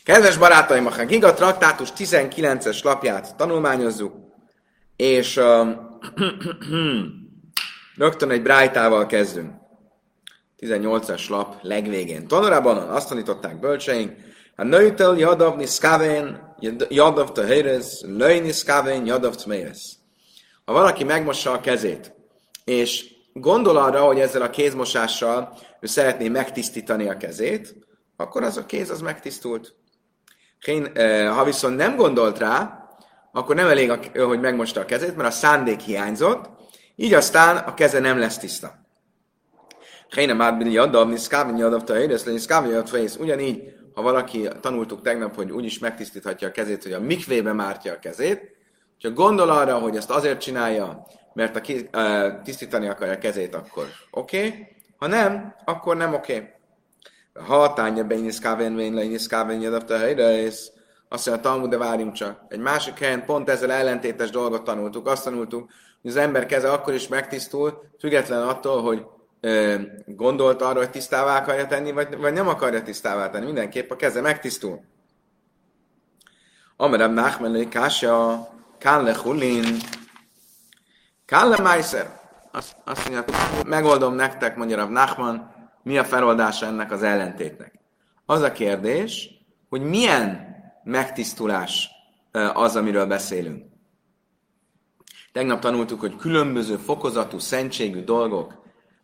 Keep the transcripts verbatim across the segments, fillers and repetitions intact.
Kedves barátaim, a Giga Traktátus tizenkilences lapját tanulmányozzuk, és uh, rögtön egy brájtával kezdünk. tizennyolcas lap legvégén. Tanulában azt tanították bölcseink, a nőtel jadav niszkávén, jadav tehérez, löj niszkávén, jadav tmérez. Ha valaki megmossa a kezét, és gondol arra, hogy ezzel a kézmosással ő szeretné megtisztítani a kezét, akkor az a kéz az megtisztult. Ha viszont nem gondolt rá, akkor nem elég, hogy megmosta a kezét, mert a szándék hiányzott, így aztán a keze nem lesz tiszta. Ugyanígy, ha valaki, tanultuk tegnap, hogy úgyis megtisztíthatja a kezét, hogy a mikvébe mártja a kezét, ha gondol arra, hogy ezt azért csinálja, mert a ki, uh, tisztítani akarja a kezét, akkor oké, okay. Ha nem, akkor nem oké. Okay. Ha tánya beiniszkáven, vén leiniszkáven, jadapta helyre, és azt mondja, Talmud, de várjunk csak. Egy másik helyen pont ezzel ellentétes dolgot tanultuk. Azt tanultuk, hogy az ember keze akkor is megtisztul, független attól, hogy ö, gondolt arra, hogy tisztává akarja tenni, vagy, vagy nem akarja tisztává tenni. Mindenképp a keze megtisztul. Amerem Nachmenlé Kásja, Kánle Hulin, Kánle Májszer. Azt, azt mondja, megoldom nektek, mondja Rav Nachman, mi a feloldása ennek az ellentétnek. Az a kérdés, hogy milyen megtisztulás az, amiről beszélünk. Tegnap tanultuk, hogy különböző fokozatú, szentségű dolgok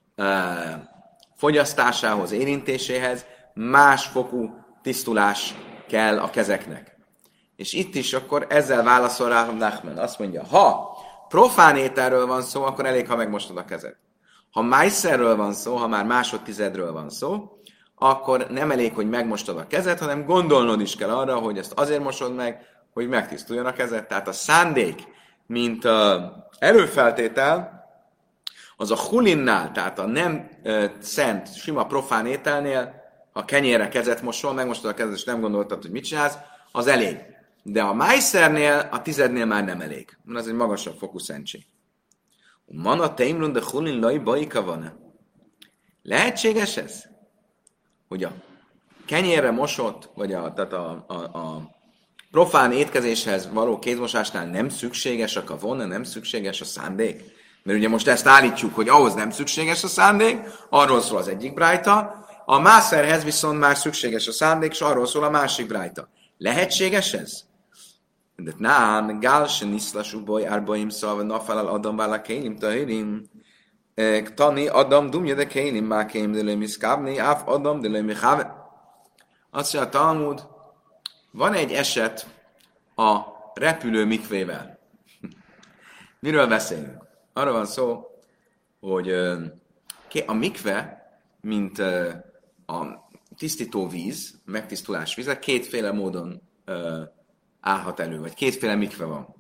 fogyasztásához, érintéséhez más fokú tisztulás kell a kezeknek. És itt is akkor ezzel válaszol rá Nachman. Azt mondja, ha profán ételről van szó, akkor elég, ha megmostod a kezed. Ha májszerről van szó, ha már másodtizedről van szó, akkor nem elég, hogy megmostod a kezed, hanem gondolnod is kell arra, hogy ezt azért mosod meg, hogy megtisztuljon a kezed. Tehát a szándék, mint uh, előfeltétel, az a hulinnál, tehát a nem uh, szent, sima profán ételnél, ha kenyérre kezet mosol, megmostod a kezed, és nem gondoltad, hogy mit csinálsz, az elég. De a májszernél, a tizednél már nem elég. Ez egy magasabb fokú szentség. Mana teimlun de hulin laj baika van. Lehetséges ez? Hogy a kenyérre mosott, vagy a, tehát a, a, a profán étkezéshez való kézmosásnál nem szükséges a kavona, nem szükséges a szándék? Mert ugye most ezt állítjuk, hogy ahhoz nem szükséges a szándék, arról szól az egyik brájta, a mászerhez viszont már szükséges a szándék, és arról szól a másik brájta. Lehetséges ez? De nem, gál se niszlasú baj, árbaim szalva, nafálal adam vála kélim tahirim. Tani adam dumja de kélim, má kélim de lömi szkábni, áf adam de lömi háve. Azt mondja a Talmud, van egy eset a repülő mikvével. Miről beszélünk? Arra van szó, hogy a mikve, mint a tisztító víz, megtisztulás víze, kétféle módon állhat elő, vagy kétféle mikve van.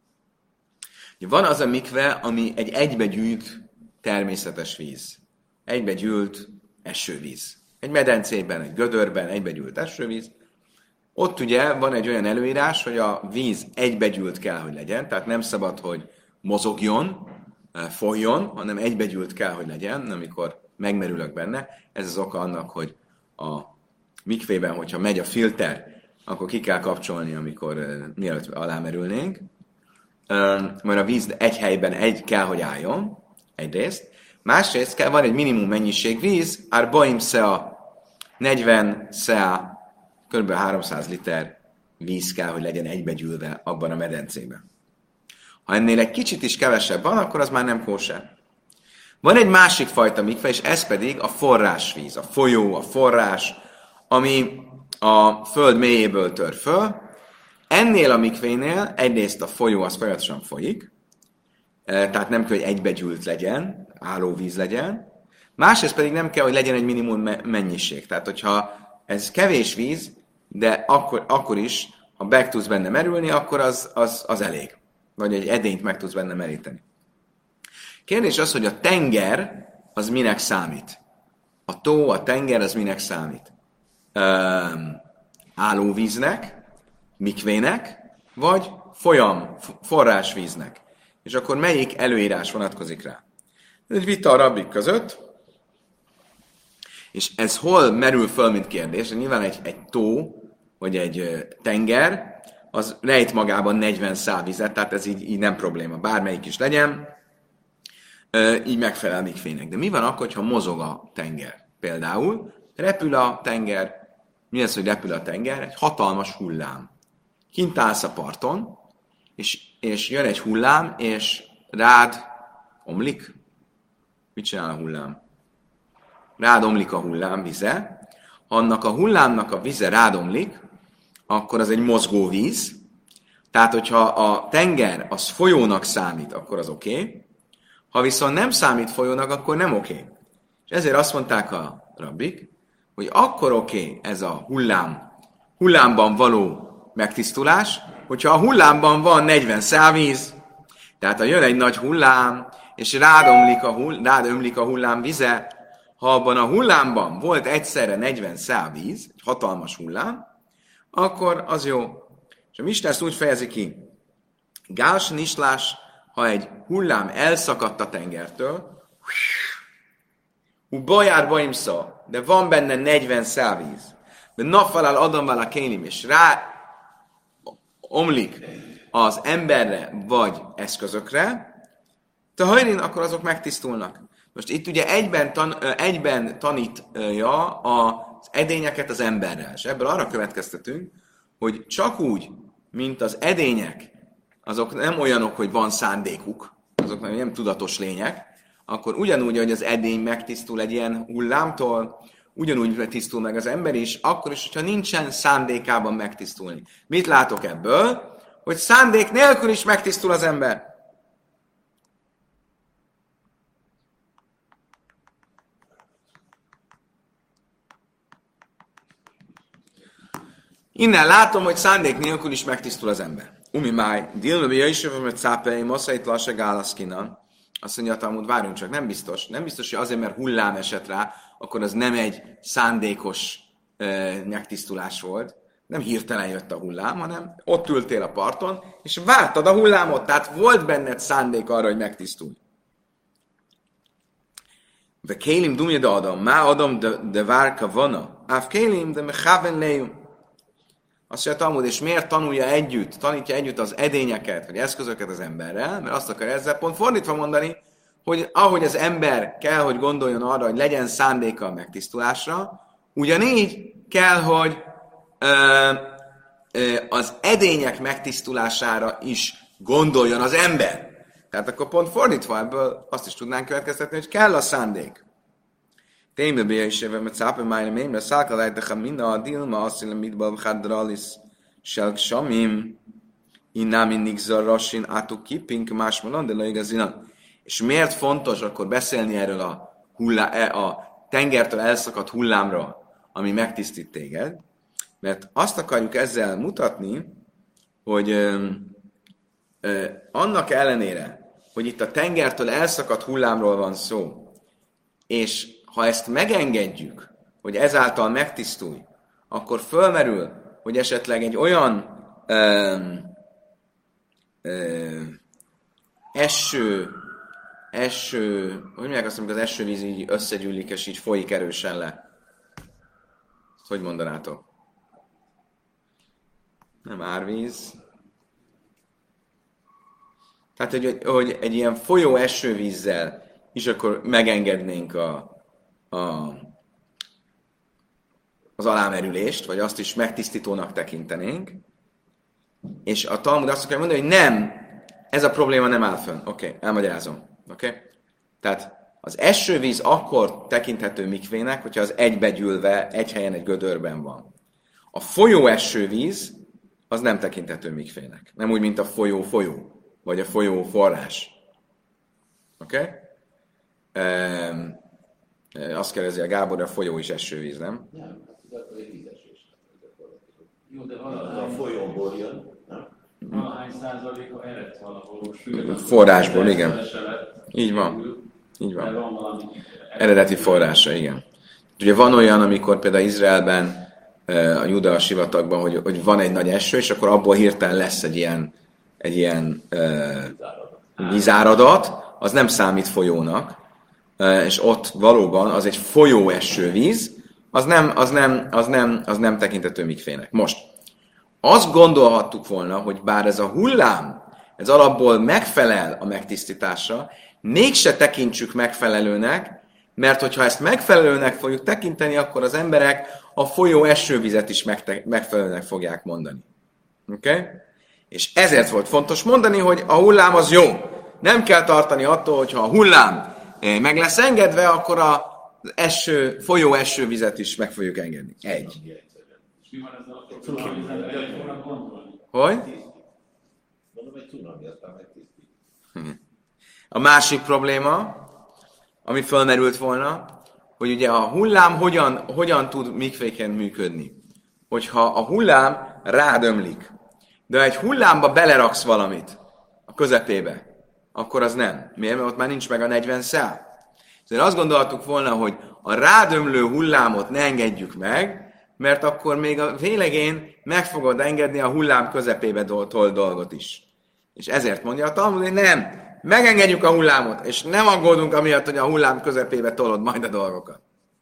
Van az a mikve, ami egy egybegyűlt természetes víz. Egybegyűlt esővíz. Egy medencében, egy gödörben egybegyűlt esővíz. Ott ugye van egy olyan előírás, hogy a víz egybegyűlt kell, hogy legyen, tehát nem szabad, hogy mozogjon, folyjon, hanem egybegyűlt kell, hogy legyen, amikor megmerülök benne. Ez az oka annak, hogy a mikvében, hogyha megy a filter, akkor ki kell kapcsolni, amikor uh, mielőtt alámerülnénk. Uh, majd a víz egy helyben egy kell, hogy álljon, egyrészt. Másrészt kell, van egy minimum mennyiség víz, árbaim szea, negyven szea, kb. háromszáz liter víz kell, hogy legyen egybegyűlve abban a medencében. Ha ennél egy kicsit is kevesebb van, akkor az már nem kóser. Van egy másik fajta mikve, és ez pedig a forrásvíz, a folyó, a forrás, ami a föld mélyéből tör föl. Ennél a mikvénél egyrészt a folyó az folyamatosan folyik, tehát nem kell, hogy egybegyűlt legyen, állóvíz legyen. Másrészt pedig nem kell, hogy legyen egy minimum mennyiség. Tehát, hogyha ez kevés víz, de akkor, akkor is, ha meg tudsz benne merülni, akkor az, az, az elég. Vagy egy edényt meg tudsz benne meríteni. Kérdés az, hogy a tenger az minek számít? A tó, a tenger az minek számít? Um, állóvíznek, mikvének, vagy folyam, forrásvíznek. És akkor melyik előírás vonatkozik rá? Ez egy vita a rabbik között, és ez hol merül föl, mint kérdés? Nyilván egy, egy tó, hogy egy tenger, az rejt magában negyven szál vizet, tehát ez így, így nem probléma, bármelyik is legyen, így megfelel mikvének. De mi van akkor, ha mozog a tenger? Például repül a tenger, mi az, hogy repül a tenger? Egy hatalmas hullám. Kint állsz a parton, és, és jön egy hullám, és rád omlik. Mit csinál a hullám? Rád omlik a hullám vize. Ha annak a hullámnak a vize rád omlik, akkor az egy mozgó víz. Tehát, hogyha a tenger az folyónak számít, akkor az oké. Okay. Ha viszont nem számít folyónak, akkor nem oké. Okay. És ezért azt mondták a rabbik, hogy akkor oké okay ez a hullám, hullámban való megtisztulás, hogyha a hullámban van negyven szál víz. Tehát ha jön egy nagy hullám, és rád ömlik a, hull, rád ömlik a hullám vize, ha abban a hullámban volt egyszerre negyven szál víz, egy hatalmas hullám, akkor az jó. És a Misna ezt úgy fejezi ki, Gáls nislás, ha egy hullám elszakadt a tengertől, bajár baimsza, de van benne negyven szál víz, de nafalál adamvala kénim, és rá omlik az emberre vagy eszközökre, te hajrin, akkor azok megtisztulnak. Most itt ugye egyben, tan, egyben tanítja az edényeket az emberrel, és ebből arra következtetünk, hogy csak úgy, mint az edények, azok nem olyanok, hogy van szándékuk, azok nem, nem tudatos lények, akkor ugyanúgy, hogy az edény megtisztul egy ilyen hullámtól, ugyanúgy tisztul meg az ember is, akkor is, hogyha nincsen szándékában megtisztulni. Mit látok ebből? Hogy szándék nélkül is megtisztul az ember. Innen látom, hogy szándék nélkül is megtisztul az ember. Umi máj, dilme bia is jövő, mert cápei, moszait lassa gálaszkina. Azt mondja a Talmud, várjunk csak, nem biztos. Nem biztos, hogy azért, mert hullám esett rá, akkor az nem egy szándékos e, megtisztulás volt. Nem hirtelen jött a hullám, hanem ott ültél a parton, és vártad a hullámot, tehát volt benned szándék arra, hogy megtisztulj. De kélim dumja de adam, má adam de várka vana, áv kélim de mechaven lejum. Azt mondja a Talmud, és miért tanulja együtt, tanítja együtt az edényeket, vagy eszközöket az emberrel, mert azt akar ezzel pont fordítva mondani, hogy ahogy az ember kell, hogy gondoljon arra, hogy legyen szándéka a megtisztulásra, ugyanígy kell, hogy ö, ö, az edények megtisztulására is gondoljon az ember. Tehát akkor pont fordítva ebből azt is tudnánk következtetni, hogy kell a szándék. Témbe bia is jövő, mert szápe májra mémre szálkalájtacha minna a dilma asszilem mitbal bhadralis selk samim innám mindig zarrasin átuk kipink másmalon, de laigazinan. És miért fontos akkor beszélni erről a, hullá, a tengertől elszakadt hullámról, ami megtisztít téged? Mert azt akarjuk ezzel mutatni, hogy ö, ö, annak ellenére, hogy itt a tengertől elszakadt hullámról van szó, és ha ezt megengedjük, hogy ezáltal megtisztulj, akkor fölmerül, hogy esetleg egy olyan ö, ö, eső, eső, hogy mondják azt, amikor az esővíz így összegyűlik, és így folyik erősen le. Ezt hogy mondanátok? Nem árvíz. Tehát, hogy, hogy egy ilyen folyó esővízzel is akkor megengednénk a A, az alámerülést, vagy azt is megtisztítónak tekintenénk, és a Talmud azt akarja mondani, hogy nem, ez a probléma nem áll fönn. Oké, okay, elmagyarázom. Oké? Okay? Tehát az esővíz akkor tekinthető mikvének, hogyha az egybegyűlve egy helyen egy gödörben van. A folyó esővíz az nem tekinthető mikvének. Nem úgy, mint a folyó folyó, vagy a folyó forrás. Oké? Okay? Um, Azt kérdezi a Gábor, a folyó is esővíz, nem? Nem, ez egy vízesés. Jó, de a folyóból jön, nem? Valahány százaléka ered valahol. Forrásból, igen. Így van. Így van. Eredeti forrása, igen. Ugye van olyan, amikor például Izraelben, a Júdea sivatagban, hogy, hogy van egy nagy eső, és akkor abból hirtelen lesz egy ilyen, egy ilyen uh, vízáradat, az nem számít folyónak, és ott valóban az egy folyó esővíz, az nem, az nem, az nem, az nem tekintető mikvének. Most, azt gondolhattuk volna, hogy bár ez a hullám, ez alapból megfelel a megtisztításra, mégse tekintsük megfelelőnek, mert hogyha ezt megfelelőnek fogjuk tekinteni, akkor az emberek a folyó esővizet is megte- megfelelőnek fogják mondani. Oké? Okay? És ezért volt fontos mondani, hogy a hullám az jó. Nem kell tartani attól, hogyha a hullám meg lesz engedve, akkor az eső, folyó esővizet is meg fogjuk engedni. Egy. Mi van ezzel a cunamivel? El fognak gondolni. Hogy? Mondom, egy cunami, aztán megtisztít. A másik probléma, ami fölmerült volna, hogy ugye a hullám hogyan, hogyan tud mikvéken működni. Hogyha a hullám rád ömlik, de ha egy hullámba beleraksz valamit a közepébe, akkor az nem. Miért? Mert ott már nincs meg a negyven szál. Ezért azt gondoltuk volna, hogy a rádömlő hullámot ne engedjük meg, mert akkor még a végén meg fogod engedni a hullám közepébe tolt dolgot is. És ezért mondja a Talmud, hogy nem, megengedjük a hullámot, és nem aggódunk amiatt, hogy a hullám közepébe tolod majd a dolgokat.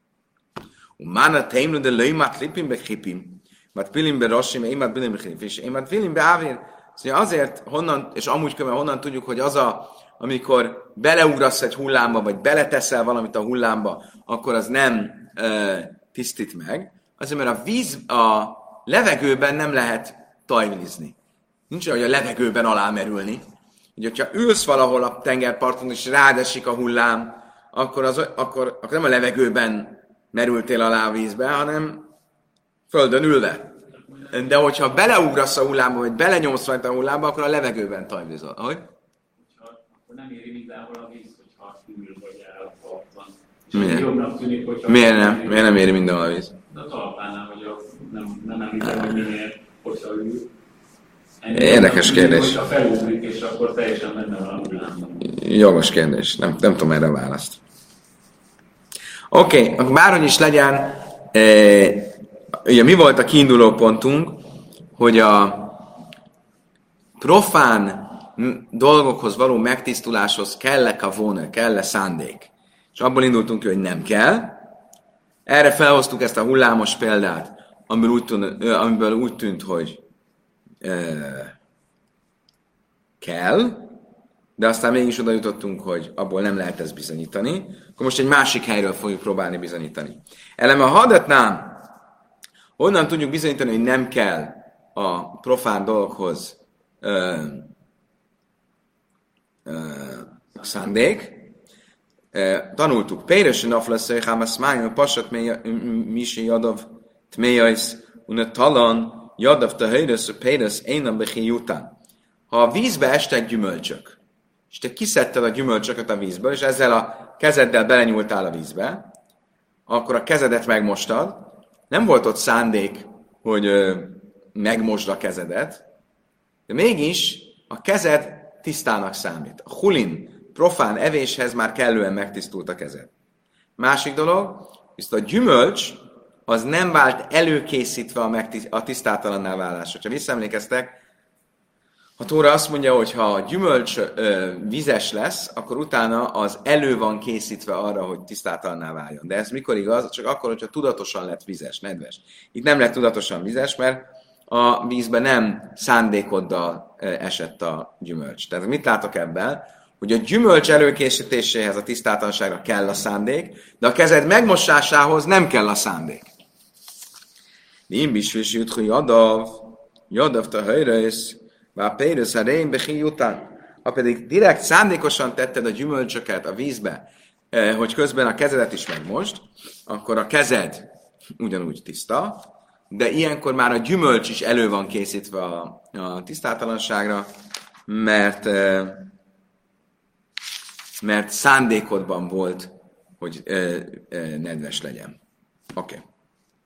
Umána teimlu de löjmát lipim be chipim, mat pilim be rosim, émát bilim be chipim, és émát pilim be ávir. Szóval azért, honnan, és amúgy kömmel honnan tudjuk, hogy az a, amikor beleugrasz egy hullámba, vagy beleteszel valamit a hullámba, akkor az nem ö, tisztít meg. Azért, mert a víz, a levegőben nem lehet tajvízni. Nincs olyan, hogy a levegőben alámerülni. Ugye, hogyha ülsz valahol a tengerparton, és rád esik a hullám, akkor, az, akkor, akkor nem a levegőben merültél alá a vízbe, hanem földön ülve. De hogyha beleugrasz a hullámba, vagy belenyomsz rajta a hullámba, akkor a levegőben tajvízol. Ahogy? Akkor nem éri mindenhol a víz, hogyha ül vagy áll a parton. Miért? Jobbnak tűnik, hogyha... Miért nem? Miért nem éri mindenhol a víz? De a talpánál, hogy a, nem, nem említem, hogy minél, hogyha ül. Érdekes kérdés. Hogyha felugrik, és akkor teljesen benne van a hullámban. Jogos kérdés. Nem, nem tudom erre a választ. Oké, okay, bárhogy is legyen, e, ugye mi volt a kiinduló pontunk, hogy a profán dolgokhoz való megtisztuláshoz kell-e kavone, kell-e szándék. És abból indultunk ki, hogy nem kell. Erre felhoztuk ezt a hullámos példát, amiből úgy tűnt, amiből úgy tűnt hogy e, kell, de aztán mégis oda jutottunk, hogy abból nem lehet ezt bizonyítani. Akkor most egy másik helyről fogjuk próbálni bizonyítani. Eleme a hadatnám, honnan tudjuk bizonyítani, hogy nem kell a profán dolgokhoz ö, ö, szándék. Tanultuk. Péresen afleszei hámasz májön, pasat misi jadav tméjajsz, unne talan jadav te hőrös, péresz énem behi után. Ha a vízbe estek gyümölcsök, és te kiszedted a gyümölcsöket a vízből, és ezzel a kezeddel belenyúltál a vízbe, akkor a kezedet megmostad, nem volt ott szándék, hogy ö, megmosd a kezedet, de mégis a kezed tisztának számít. A hulin, profán evéshez már kellően megtisztult a kezed. Másik dolog, viszont a gyümölcs az nem vált előkészítve a, megtiszt, a tisztátalanná válásra. Ha visszaemlékeztek, a Tóra azt mondja, hogy ha a gyümölcs ö, vizes lesz, akkor utána az elő van készítve arra, hogy tisztátalanná váljon. De ez mikor igaz? Csak akkor, hogyha tudatosan lett vizes, nedves. Itt nem lett tudatosan vizes, mert a vízbe nem szándékoddal ö, esett a gyümölcs. Tehát mit látok ebben? Hogy a gyümölcs előkészítéséhez a tisztátalanságra kell a szándék, de a kezed megmosásához nem kell a szándék. Nim bisvis juthu jadav, jadav te hajrész, vár pérősz a rém behi után. Ha pedig direkt szándékosan tetted a gyümölcsöket a vízbe, hogy közben a kezedet is megmosd, akkor a kezed ugyanúgy tiszta, de ilyenkor már a gyümölcs is elő van készítve a, a tisztátalanságra, mert mert szándékodban volt, hogy ö, ö, nedves legyen. Oké. Okay.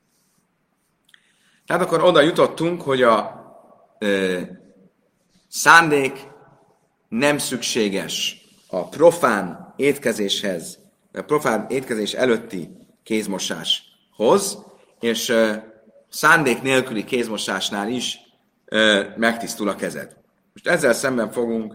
Tehát akkor oda jutottunk, hogy a ö, szándék nem szükséges a profán étkezéshez, a profán étkezés előtti kézmosáshoz, és ö, szándék nélküli kézmosásnál is ö, megtisztul a kezed. Most ezzel szemben fogunk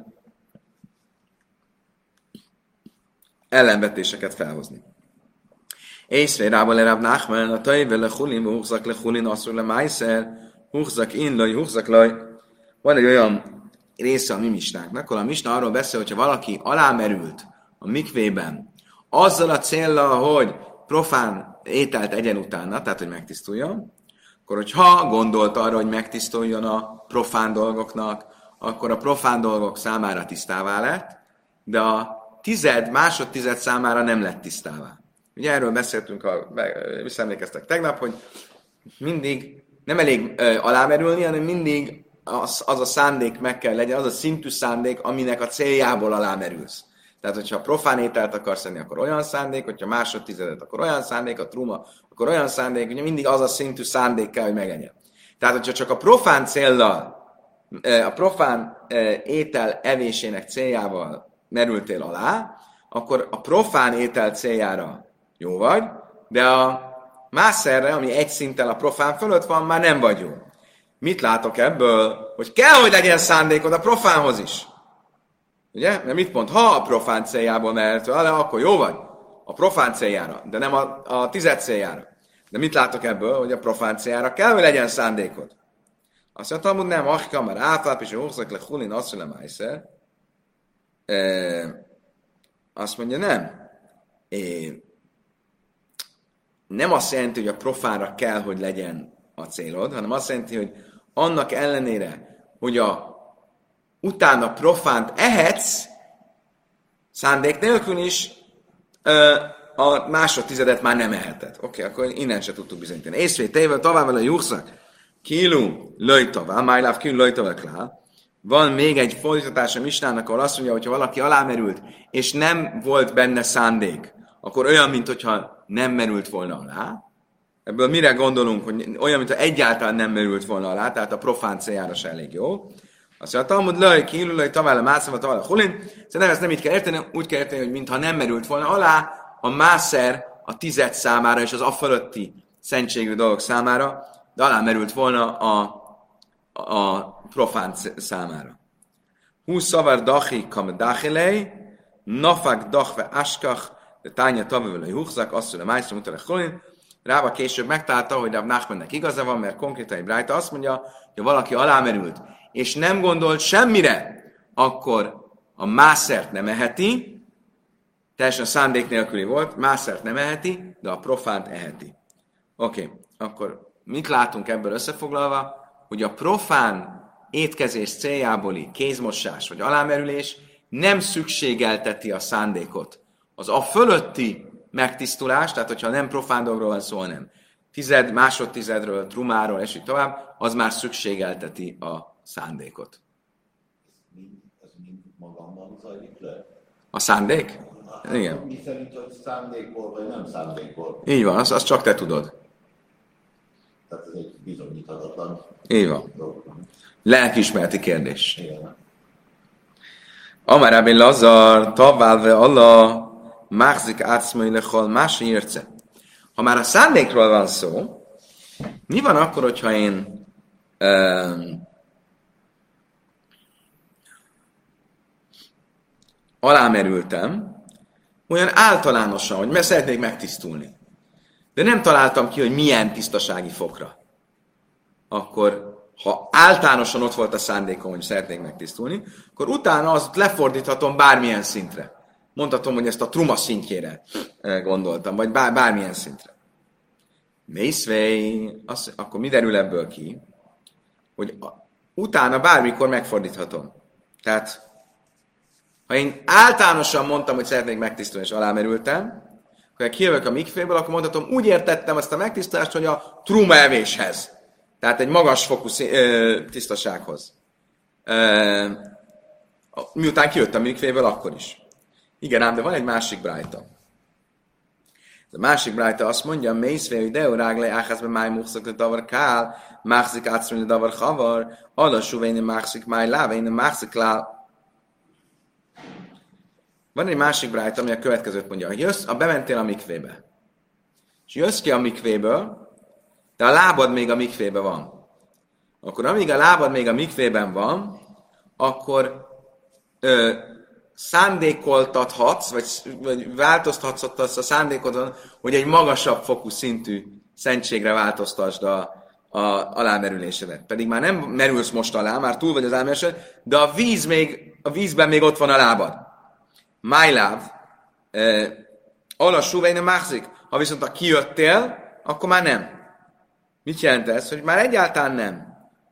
ellenvetéseket felhozni. Észre rába le Rav Nachman, a tajve le chulin, vúhzak le chulin, asszor le májszer, húzzak inlaj, húzzak laj. Van egy olyan része a mi misnáknak, ahol a misna arról beszél, hogyha valaki alámerült a mikvében, azzal a céllal, hogy profán ételt egyen utána, tehát hogy megtisztuljon, akkor hogyha gondolt arra, hogy megtisztuljon a profán dolgoknak, akkor a profán dolgok számára tisztává lett, de a tized, másodtized számára nem lett tisztává. Ugye erről beszéltünk, a, visszaemlékeztek tegnap, hogy mindig nem elég ö, alámerülni, hanem mindig az, az a szándék meg kell legyen, az a szintű szándék, aminek a céljából alámerülsz. Tehát, hogyha profán ételt akarsz enni, akkor olyan szándék, hogyha másodtizedet, akkor olyan szándék, a truma, akkor olyan szándék, ugye mindig az a szintű szándék kell, hogy meglegyen. Tehát, hogyha csak a profán céllal, a profán étel evésének céljával merültél alá, akkor a profán étel céljára jó vagy, de a mászerre, ami egy szinttel a profán fölött van, már nem vagy jó. Mit látok ebből? Hogy kell, hogy legyen szándékod a profánhoz is. Ugye? Mert mit mond? Ha a profán céljából mehető alá, akkor jó vagy. A profán céljára, de nem a, a tized céljára. De mit látok ebből? Hogy a profán céljára kell, hogy legyen szándékod. Azt mondta, hogy nem, ahika, már átláp, és húzzak le hulin, azt mondja, májszer. Azt mondja, nem. É, nem azt jelenti, hogy a profánra kell, hogy legyen a célod, hanem azt jelenti, hogy annak ellenére, hogy a utána profánt ehetsz, szándék nélkül is a másodtizedet már nem eheted. Oké, okay, akkor innen se tudtuk bizonyítani. Észvétével tovább vele jusszak. Kilu löjtavá, májláv kilu löjtavá klá. Van még egy fordítatás a misnának, ahol azt mondja, hogy ha valaki alámerült, és nem volt benne szándék, akkor olyan, mintha nem merült volna alá. Ebből mire gondolunk, hogy olyan, mintha egyáltalán nem merült volna alá, tehát a profán céljára se elég jó. Azt mondja, a Talmud löj, kilu löj, tavál a mászava, tavál a hulin. Szerintem ezt nem így kell érteni, úgy kell érteni, hogy mintha nem merült volna alá, a mászer a tized számára és az a fölötti szentségű dolgok számára, de alá merült volna a, a profán számára. Húsz szavar dachi kam dachilei, nafak dachve askach, de tánya tavőle húzzak, azt mondja, májszra mutalek hulin. Rába később megtalálta, hogy Rav Nachmannek igaza van, mert konkrétan egy brájta azt mondja, hogy ha valaki alámerült, és nem gondolt semmire, akkor a mászert nem eheti, teljesen szándék nélküli volt, mászert nem eheti, de a profánt eheti. Oké, okay, akkor mit látunk ebből összefoglalva? Hogy a profán étkezés céljáboli kézmosás vagy alámerülés nem szükségelteti a szándékot. Az a fölötti megtisztulás, tehát hogyha nem profán dolgról van szó, hanem tized, másodtizedről, trumáról, és így tovább, az már szükségelteti a szándékot. Ez mind magamban zajlik le? A szándék? Hát, igen. Mi szerint, hogy szándékból, vagy nem szándékból? Így van, azt, azt csak te tudod. Tehát ez egy bizonyíthatatlan Így van. dolog. Lelkiismereti kérdés. Igen. Amár Rabbi Lazar, taválve Allah, máxzik átszmai lechol, más érce. Ha már a szándékról van szó, mi van akkor, hogyha én um, alámerültem, olyan általánosan, hogy mert szeretnék megtisztulni. De nem találtam ki, hogy milyen tisztasági fokra. Akkor, ha általánosan ott volt a szándékom, hogy szeretnék megtisztulni, akkor utána azt lefordíthatom bármilyen szintre. Mondhatom, hogy ezt a truma szintjére gondoltam, vagy bár, bármilyen szintre. Mészvej, akkor mi derül ebből ki? Hogy utána bármikor megfordíthatom. Tehát, ha én általánosan mondtam, hogy szeretnék megtisztulni, és alámerültem, akkor kijövök a mikvéből, akkor mondhatom, úgy értettem azt a megtisztulást, hogy a truma evéshez. Tehát egy magas fokú tisztasághoz. Miután kijött a mikvéből, akkor is. Igen, ám, de van egy másik brájta. A másik brájta azt mondja, mészvé, hogy deo ráglai áházbe máj muxak le davar kál, máxik átszmű le davar havar, alasú véne máxik máj lá, véne máxik lá. Van egy másik brájta, ami a következőt mondja, hogy jössz, a bementél a mikvébe. És jössz ki a mikvéből, de a lábad még a mikvébe van. Akkor amíg a lábad még a mikvében van, akkor ö, szándékoltathatsz, vagy, vagy változtathatsz a szándékodon, hogy egy magasabb fokú szintű szentségre változtasd a, a alámerülésedet. Pedig már nem merülsz most alá, már túl vagy az alámerülésed, de a víz még, a vízben még ott van a lábad. Májláv, eh, alassú vejne máxik. Ha viszont ha kijöttél, akkor már nem. Mit jelent ez? Hogy már egyáltalán nem.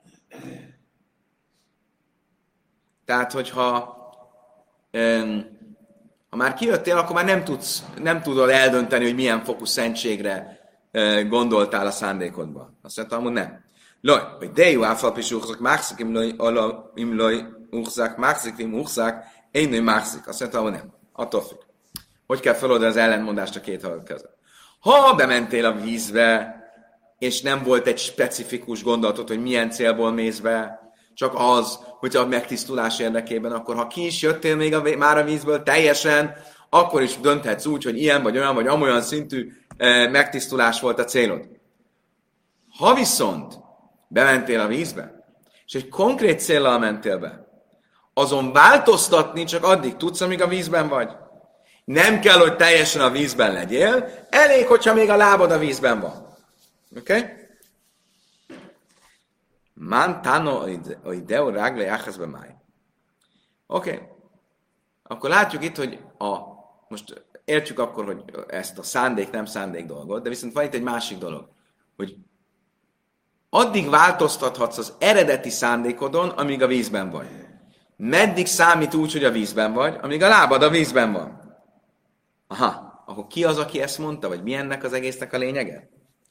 Tehát, hogyha um, ha már kijöttél, akkor már nem, tudsz, nem tudod eldönteni, hogy milyen fokú szentségre uh, gondoltál a szándékodban. Azt mondta, amúgy nem. Loj, hogy de jó áfalpis úrzak, máxik, imloj úrzak, máxik, im úrzak, én nő máxik. Azt mondta, amúgy nem. Attól függ. Hogy kell feloldani az ellentmondást a két hallgat között. Ha bementél a vízbe, és nem volt egy specifikus gondolatot, hogy milyen célból mész be, csak az, hogy a megtisztulás érdekében, akkor ha ki is jöttél még a, már a vízből teljesen, akkor is dönthetsz úgy, hogy ilyen vagy olyan, vagy amolyan szintű e, megtisztulás volt a célod. Ha viszont bementél a vízbe, és egy konkrét céllal mentél be, azon változtatni csak addig tudsz, amíg a vízben vagy. Nem kell, hogy teljesen a vízben legyél, elég, hogyha még a lábad a vízben van. Oké? Okay? Man tano oideo rágle jáhezbe máj. Oké. Okay. Akkor látjuk itt, hogy a, most értjük akkor, hogy ezt a szándék, nem szándék dolgot, de viszont van itt egy másik dolog, hogy addig változtathatsz az eredeti szándékodon, amíg a vízben vagy. Meddig számít úgy, hogy a vízben vagy, amíg a lábad a vízben van. Aha, akkor ki az, aki ezt mondta, vagy mi ennek az egésznek a lényege?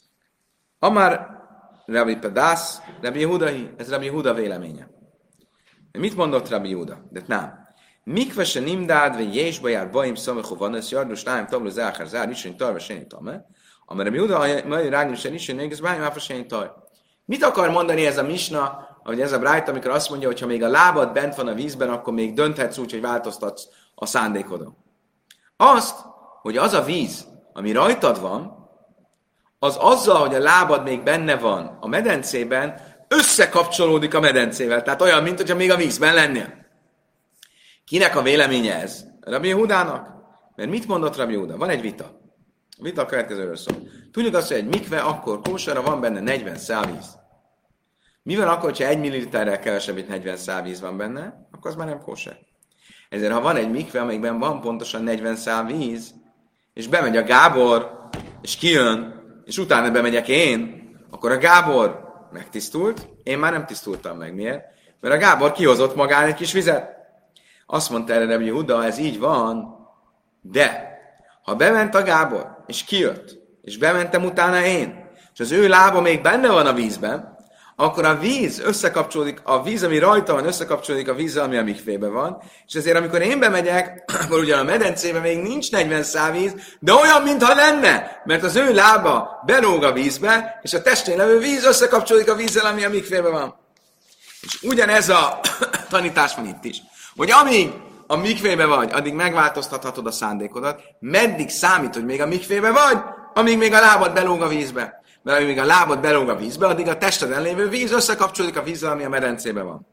Amár Rabbi Pedász, Rabbi Yehudahi, ez Rabbi Yehuda véleménye. De mit mondott Rabbi Yehuda? De nem. Mikve se nimdád, vagy jésba jár baim szamechu van, ez jardus láim tablu záhár zár, isén tarva sén tame. Amár Rabbi Yehuda, majd rágni se isén, még ez bájim áfa sén taj. Mit akar mondani ez a misna, vagy ez a brájta, amikor azt mondja, hogy ha még a lábad bent van a vízben, akkor még dönthetsz úgy, hogy változtatsz a szándékodon. Azt, hogy az a víz, ami rajtad van, az azzal, hogy a lábad még benne van a medencében, összekapcsolódik a medencével. Tehát olyan, mint hogyha még a vízben lennél. Kinek a véleménye ez? Rabbi Yehudának? Mert mit mondott Rabbi Yehuda? Van egy vita. A vita a következőről szól. Tudjuk azt, hogy egy mikve akkor kósára van benne negyven szál víz. Mi van akkor, hogyha egy milliliterrel kevesebb, mint negyven szál víz van benne, akkor az már nem kósár. Ezért, ha van egy mikve, amelyikben van pontosan negyven szál víz, és bemegy a Gábor, és kijön, és utána bemegyek én, akkor a Gábor megtisztult, én már nem tisztultam meg. Miért? Mert a Gábor kihozott magán egy kis vizet. Azt mondta erre Rabbi Yehuda, ez így van, de ha bement a Gábor, és kijött, és bementem utána én, és az ő lába még benne van a vízben, akkor a víz összekapcsolódik, a víz, ami rajta van, összekapcsolódik a vízzel, ami a mikvében van, és ezért amikor én bemegyek, akkor ugyan a medencében még nincs negyven szál víz, de olyan, mintha lenne, mert az ő lába beróg a vízbe, és a testén levő víz összekapcsolódik a vízzel, ami a mikvében van. És ugyanez a tanítás van itt is, hogy amíg a mikvében vagy, addig megváltoztathatod a szándékodat, meddig számít, hogy még a mikvében vagy, amíg még a lábad belóg a vízbe. Mert amíg a lábad belóg a vízbe, addig a testeden lévő víz összekapcsolódik a vízzel, ami a medencében van.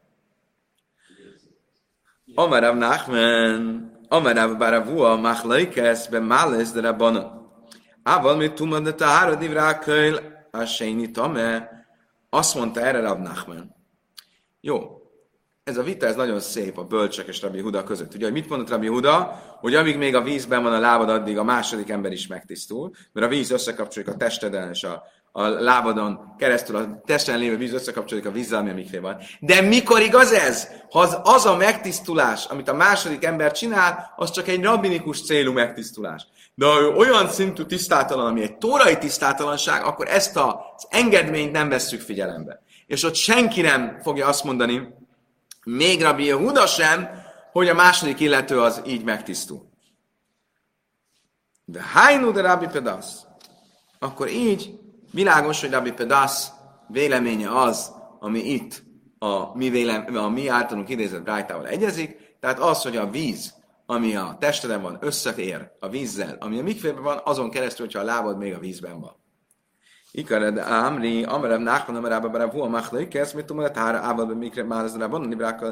Amarav Nachman, Amarav Baravua, Machlaikesz, be Málesz, de Rabbana. Ával mit tumad a tahara divráköl, a sejni tame. Azt mondta erre Rav Nachman. Jó, ez a vita, ez nagyon szép a bölcsek és Rabbi Yehuda között. Ugye, hogy mit mondott Rabbi Yehuda? Hogy amíg még a vízben van a lábad, addig a második ember is megtisztul, mert a víz összekapcsolódik a testeden és a, a lábadon keresztül, a testen lévő víz összekapcsolódik a vízzel, ami a mikvében van. De mikor igaz ez? Ha az, az a megtisztulás, amit a második ember csinál, az csak egy rabbinikus célú megtisztulás. De ha ő olyan szintű tisztátalan, ami egy tórai tisztátalanság, akkor ezt az engedményt nem vesszük figyelembe. És ott senki nem fogja azt mondani, még Rabbi Yehuda sem, hogy a második illető az így megtisztul. De hájnu de Rabbi Pedász. Akkor így világos, hogy Rabbi Pedász véleménye az, ami itt a mi, vélem, a mi általunk idézett brájtával egyezik, tehát az, hogy a víz, ami a testeden van, összetér a vízzel, ami a mikvében van, azon keresztül, hogyha a lábad még a vízben van. Ikared Ámri, Amerem Nachman, Amerába Baravua, Machlaikesz, mit tudom, hogy a tára ával be mikre már az Rabban,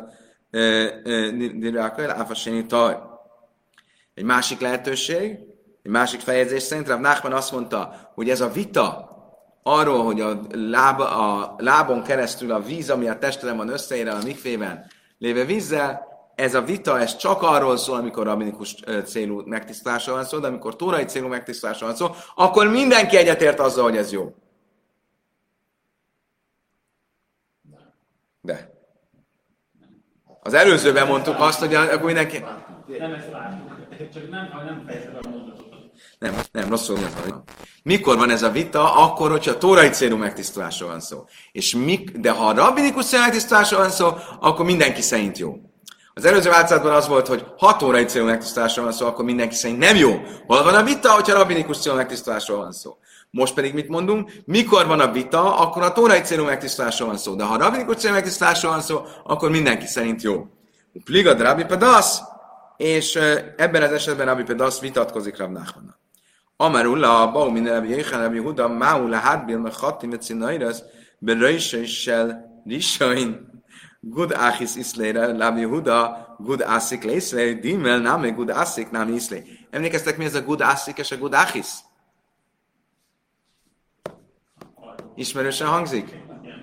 Nibrákkal, Áfasényi taj. Egy másik lehetőség, egy másik fejezés szerint Rav Nachman azt mondta, hogy ez a vita arról, hogy a, láb, a lábon keresztül a víz, ami a testeden van összeér a mikvében lévő vízzel, ez a vita, ez csak arról szól, amikor rabbinikus célú megtisztulásra van szó, de amikor tórai célú megtisztulásra van szó, akkor mindenki egyetért azzal, hogy ez jó. De. Az előzőben mondtuk azt, hogy akkor mindenki... Nem ezt látjuk. Csak nem, ha nem fejezed a mondatot. Nem, nem, rosszul mondtam. Mikor van ez a vita? Akkor, hogyha tórai célú megtisztulásra van szó. És mik, de ha a rabbinikus célú megtisztulásra van szó, akkor mindenki szerint jó. Az előző változatban az volt, hogy ha tórai célú megtisztulásra van szó, akkor mindenki szerint nem jó. Hol van a vita, hogyha a rabbinikus célú megtisztulásra van szó? Most pedig mit mondunk? Mikor van a vita, akkor a tórai célú megtisztulásra van szó. De ha a rabbinikus célú megtisztulásra van szó, akkor mindenki szerint jó. Pligad Rabbi Pedasz, és ebben az esetben Rabbi Pedasz vitatkozik Rav Nachmannal. Amarulla, Bau min Rabbi Yechon, Rabbi Huda, Máu lehátbil, meg Chatti, meg Cinairas, beröjsössel, Rishain, Gud Achis Iszlére, Rabbi Huda, Gud Asik Lészlé, Dimmel, Náme, Gud Asik, Náme Iszlé. Emlékeztek, mi ez a Gud Asik és a Gud Achis? Ismerősen hangzik?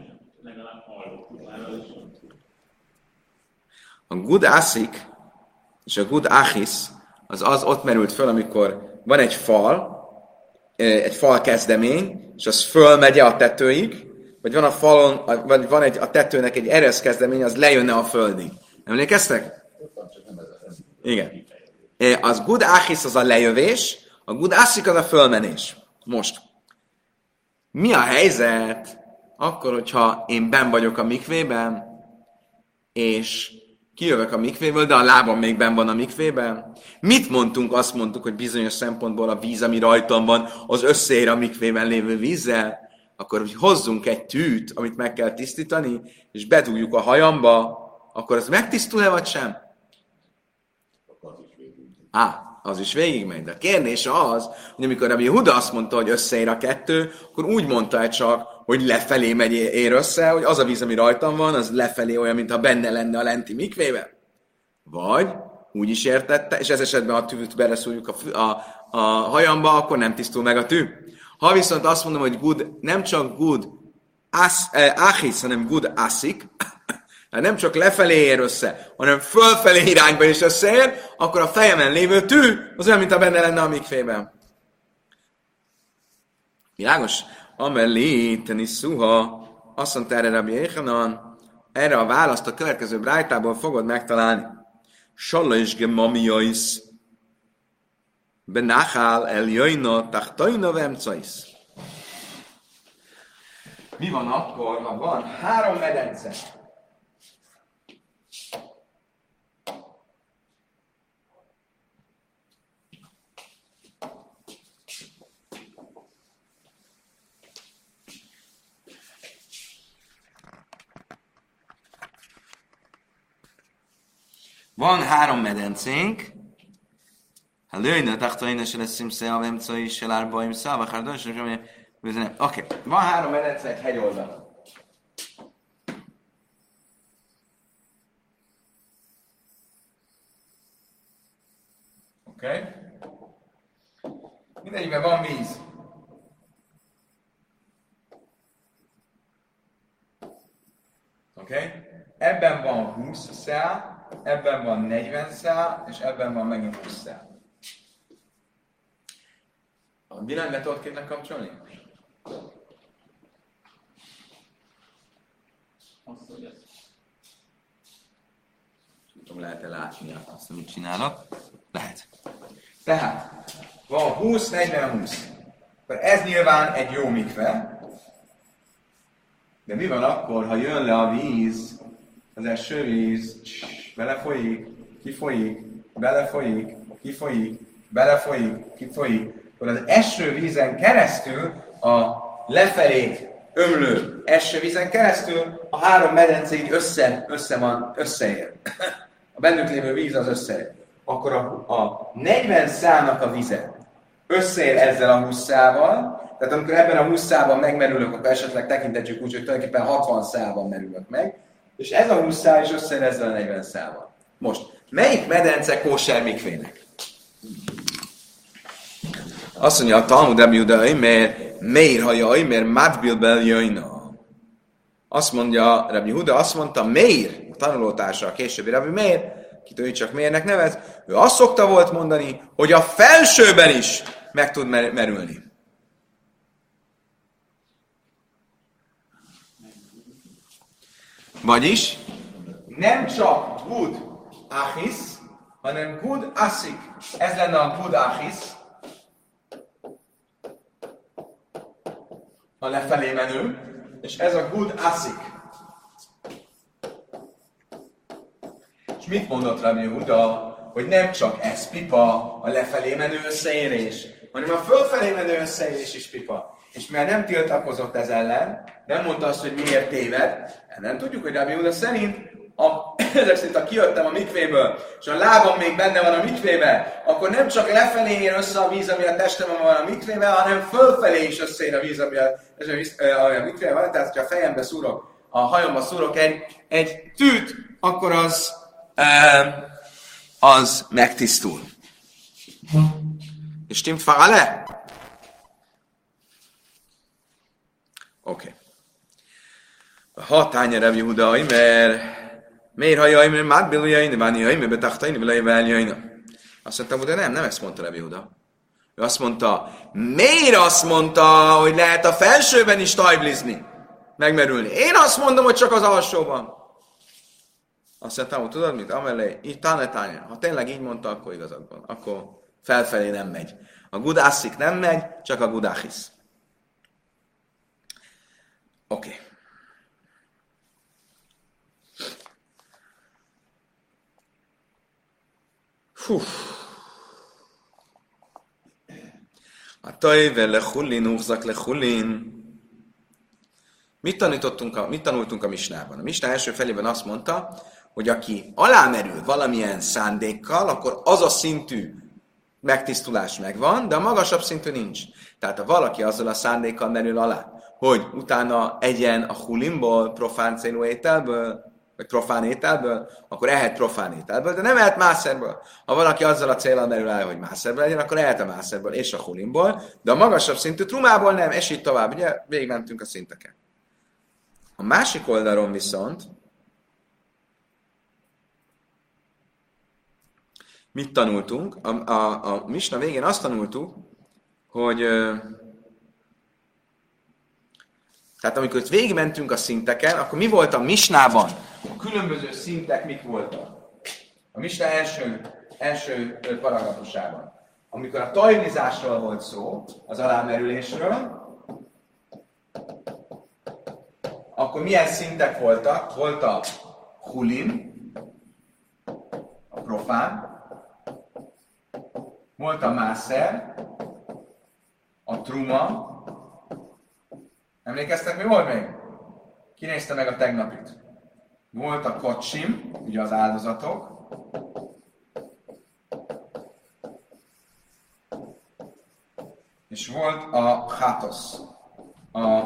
A Gud Asik és a Gud Achis az az ott merült föl, amikor van egy fal, egy fal kezdemény, és az fölmegy a tetőig, vagy van a falon, vagy van egy, a tetőnek egy eresz kezdemény, az lejönne a földig. Emlékeztek? Igen. Az Gud Achis az a lejövés, a Gud Asik az a fölmenés. Most. Mi a helyzet akkor, hogyha én benn vagyok a mikvében, és kijövök a mikvéből, de a lábam még benn van a mikvében? Mit mondtunk? Azt mondtuk, hogy bizonyos szempontból a víz, ami rajtam van, az összeér a mikvében lévő vízzel, akkor hogy hozzunk egy tűt, amit meg kell tisztítani, és bedugjuk a hajamba, akkor az megtisztul-e, vagy sem? Á, az is végigmegy. De a kérdés az, hogy amikor Rabbi Huda azt mondta, hogy összeér a kettő, akkor úgy mondta csak, hogy lefelé megy, ér össze, hogy az a víz, ami rajtam van, az lefelé olyan, mintha benne lenne a lenti mikvében. Vagy úgy is értette, és ez esetben a tűt beleszúrjuk a, a, a hajamba, akkor nem tisztul meg a tű. Ha viszont azt mondom, hogy good, nem csak good as, eh, achis, hanem good asik, nem csak lefelé ér össze, hanem fölfelé irányba is összeér, akkor a fejemen lévő tű az olyan, mintha benne lenne a mikvében. Világos? Amellé, teniszuha, azt mondta erre Rabbi Yechanan, erre a választ a következő brájtából fogod megtalálni. Salla is gemamiais, benachál eljöjna, tachtajna vemcais. Mi van akkor, ha van három medence? Van három medencénk. Ha lőjne, tachtajna se lesz szimsze, a vemcai se lárbaim száva, hárdon, és oké, van három medence egy hegyoldalon. Oké? Okay. Mindegyikben van víz. Oké? Okay. Ebben van húsz szál, ebben van negyven szál, és ebben van megint húsz szál. A világ tudod képnek kapcsolni? Azt, hogy ez. Tudom, lehet-e látni azt, amit csinálok? Lehet. Tehát, van húsz, negyven, húsz. Akkor ez nyilván egy jó mikve. De mi van akkor, ha jön le a víz, az eső víz, belefolyik, kifolyik, belefolyik, kifolyik, belefolyik, kifolyik, akkor az esővízen keresztül, a lefelé ömlő esővízen keresztül a három medence így össze, össze van, összeér. A bennük lévő víz az összeér. Akkor a, a negyven szálnak a vize összeér ezzel a húsz szálval, tehát amikor ebben a húsz szálban megmerülök, akkor esetleg tekintetjük úgy, hogy tulajdonképpen hatvan szálban merülök meg, és ez a húsz szál is összeér ezzel a negyven szálval. Most, melyik medence kóser mikvének? Azt mondja a Talmud Rabbi Yudai, mert Meir hajaj, mert Madbilbel jöjna. Azt mondja Rabbi Huda, azt mondta Meir, a tanulótársa, a későbbi Rabbi Meir, akit ő csak Meirnek nevez, ő azt szokta volt mondani, hogy a felsőben is meg tud mer- merülni. Vagyis nem csak gud achis, hanem gud asik. Ez lenne a gud achis, a lefelé menő, és ez a gud asik. És mit mondott Rabbi Huda, hogy nem csak ez pipa, a lefelé menő összeérés, hanem a fölfelé menő összeérés is pipa. És mivel nem tiltakozott ez ellen, nem mondta azt, hogy miért téved, nem tudjuk, hogy Rabbi Huda szerint, a, ezek szerint, ha kijöttem a mikvéből, és a lábam még benne van a mikvébe, akkor nem csak lefelé ér össze a víz, ami a testemben van a mikvébe, hanem fölfelé is összeér a víz, ami a, a mikvébe van. Tehát, ha a fejembe szúrok, a hajomba szúrok egy, egy tűt, akkor az, az megtisztul. És stimmt fa'ale? Oké. Ha tánya Rabbi Huda, mert miért hajjaj, mert mátbilujjain, váni jaj, mert betachtaini, vele veljaina. Azt mondtam, hogy nem, nem ezt mondta Rabbi Huda. Ő azt mondta, miért azt mondta, hogy lehet a felsőben is tajblizni, megmerülni. Én azt mondom, hogy csak az alsóban. Azt mondtam, hogy tudod mit? Amelé, így tánya, tánya. Ha tényleg így mondta, akkor igazad van. Akkor felfelé nem megy. A gudászik nem megy, csak a gudáchis. Oké. Okay. Hú. A tajve lechullin, úrzak lechullin. Mit tanítottunk a, mit tanultunk a misnában? A misná első felében azt mondta, hogy aki alámerül valamilyen szándékkal, akkor az a szintű megtisztulás megvan, de a magasabb szintű nincs. Tehát ha valaki azzal a szándékkal merül alá, hogy utána egyen a hulimból, profán célú ételből, vagy profán ételből, akkor ehet profán ételből, de nem ehet mászerből. Ha valaki azzal a céllal merül el, hogy mászerből legyen, akkor ehet a mászerből és a hulimból, de a magasabb szintű trumából nem, és így tovább. Ugye végigmentünk a szinteken. A másik oldalon viszont mit tanultunk? A, a, a misna végén azt tanultuk, hogy tehát amikor itt végigmentünk a szinteken, akkor mi volt a misnában? A különböző szintek mik voltak? A misna első, első paragrafusában. Amikor a tajlizásról volt szó, az alámerülésről, akkor milyen szintek voltak? Volt a hulim, a profán, volt a mászer, a truma. Emlékeztek, mi volt még? Kinézte meg a tegnapit. Volt a kocsim, ugye az áldozatok. És volt a hátosz, a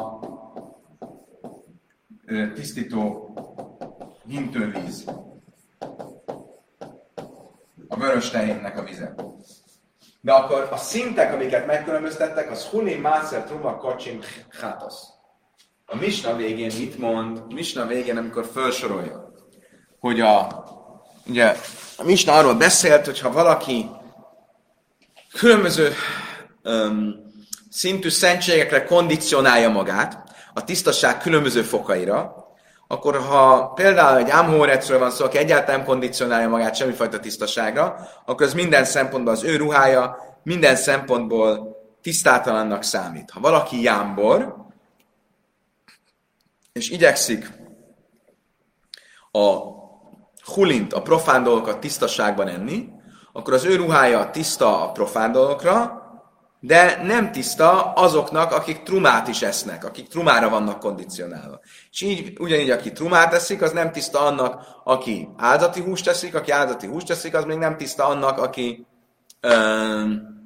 tisztító hintővíz. A vörös tehénnek a vize. De akkor a szintek, amiket megkülönböztettek, az hulim, mászer, truma, kocsim, hátosz. A misna végén mit mond? A misna végén, amikor felsorolja, hogy a, ugye, a misna arról beszélt, hogy ha valaki különböző um, szintű szentségekre kondicionálja magát, a tisztaság különböző fokaira, akkor ha például egy ámhórecről van szó, aki egyáltalán nem kondicionálja magát semmifajta tisztaságra, akkor ez minden szempontból az ő ruhája, minden szempontból tisztátalannak számít. Ha valaki jámbor, és igyekszik a hulint, a profán dolgokat tisztaságban enni, akkor az ő ruhája tiszta a profán dolgokra, de nem tiszta azoknak, akik trumát is esznek, akik trumára vannak kondicionálva. És így, ugyanígy, aki trumát eszik, az nem tiszta annak, aki áldati húst eszik, aki áldati húst eszik, az még nem tiszta annak, aki ö,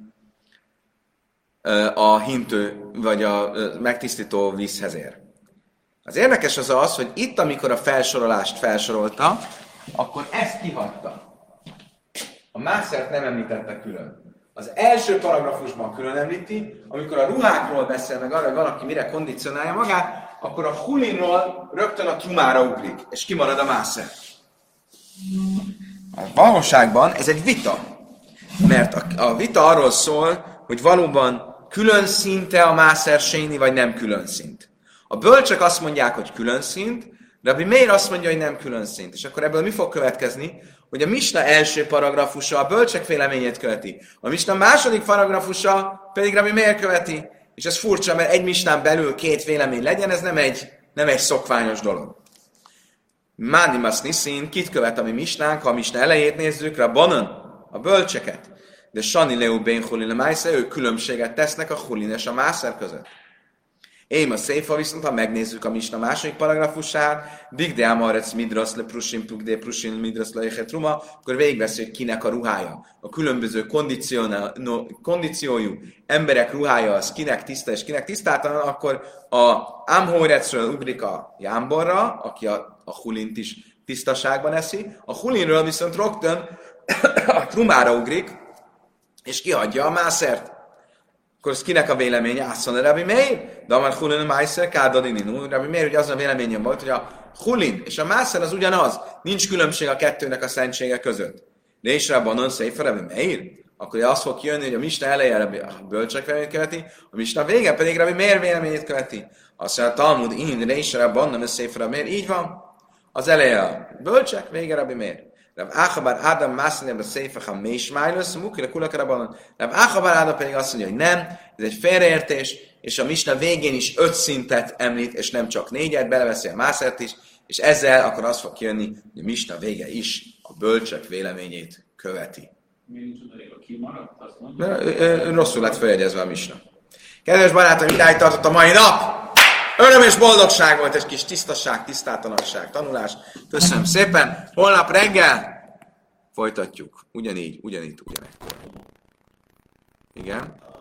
ö, a hintő, vagy a ö, megtisztító vízhez ér. Az érdekes az az, hogy itt, amikor a felsorolást felsorolta, akkor ezt kihagyta. A mászert nem említette külön. Az első paragrafusban külön említi, amikor a ruhákról beszél meg arra, hogy valaki mire kondicionálja magát, akkor a hulinról rögtön a trumára ugrik, és kimarad a mászer. A valóságban ez egy vita, mert a, a vita arról szól, hogy valóban külön szinte a mászer séni, vagy nem külön szint. A bölcsök azt mondják, hogy külön szint, de Rabbi Meir azt mondja, hogy nem külön szint. És akkor ebből mi fog következni? Hogy a Misna első paragrafusa a bölcsek véleményét követi. A Misna második paragrafusa pedig Rabbi Meir követi. És ez furcsa, mert egy Misnán belül két vélemény legyen, ez nem egy, nem egy szokványos dolog. Mánimas Niszin, kit követ a mi Misnánk, ha a Misna elejét nézzük, Rabbanan, a bölcseket. De Sani Leu Ben Hulin a Májszer, ők különbséget tesznek a Hulin és a Mászer között. Ém a Széfa viszont, ha megnézzük a Misna második paragrafusát, Bigde Amarec Midrasz le Prusin Pugde Prusin Midrasz le Echetruma, akkor végigveszünk, hogy kinek a ruhája. A különböző kondíciójú emberek ruhája az kinek tiszta és kinek tisztátalan, akkor a Amhorecről ugrik a Jámborra, aki a, a Hulint is tisztaságban eszi, a Hulinről viszont rögtön a Trumára ugrik, és kihagyja a Mászert. Akkor ez kinek a véleménye? Azt mondja, Rabbi Meir, de amár Hulin a Májszer, Kárdadininu. Rabbi Meir ugye az a véleményem volt, hogy a Hulin és a Májszer az ugyanaz. Nincs különbség a kettőnek a szentsége között. De és Rabbanon Széfa Rabbi Meir, akkor az fog kijönni, hogy a Misna eleje a bölcsek véleményét követi, a Misna vége pedig Rabbi Meir véleményét követi. Azt mondja, Talmud in, de és Rabbanon Széfa Rabbi Meir. Így van. Az eleje a bölcsek, vége Rabbi Meir. Rav Achabar Ádám mászlém a széfecha mésmájlös, mukire kulakaraban. Rav Achabar Ádám pedig azt mondja, hogy nem, ez egy félreértés, és a Misna végén is öt szintet említ, és nem csak négyet, beleveszi a mászert is, és ezzel akkor az fog kijönni, hogy a Misna vége is a bölcsek véleményét követi. Miért nincs odaig a kimaradt, azt mondja? Rosszul lett feljegyezve a Misna. Kedves barátaim, idáig tartott a mai nap! Öröm és boldogság volt, egy kis tisztaság, tisztátalanság, tanulás. Köszönöm szépen. Holnap reggel folytatjuk. Ugyanígy, ugyanígy, ugyanekkor. Igen.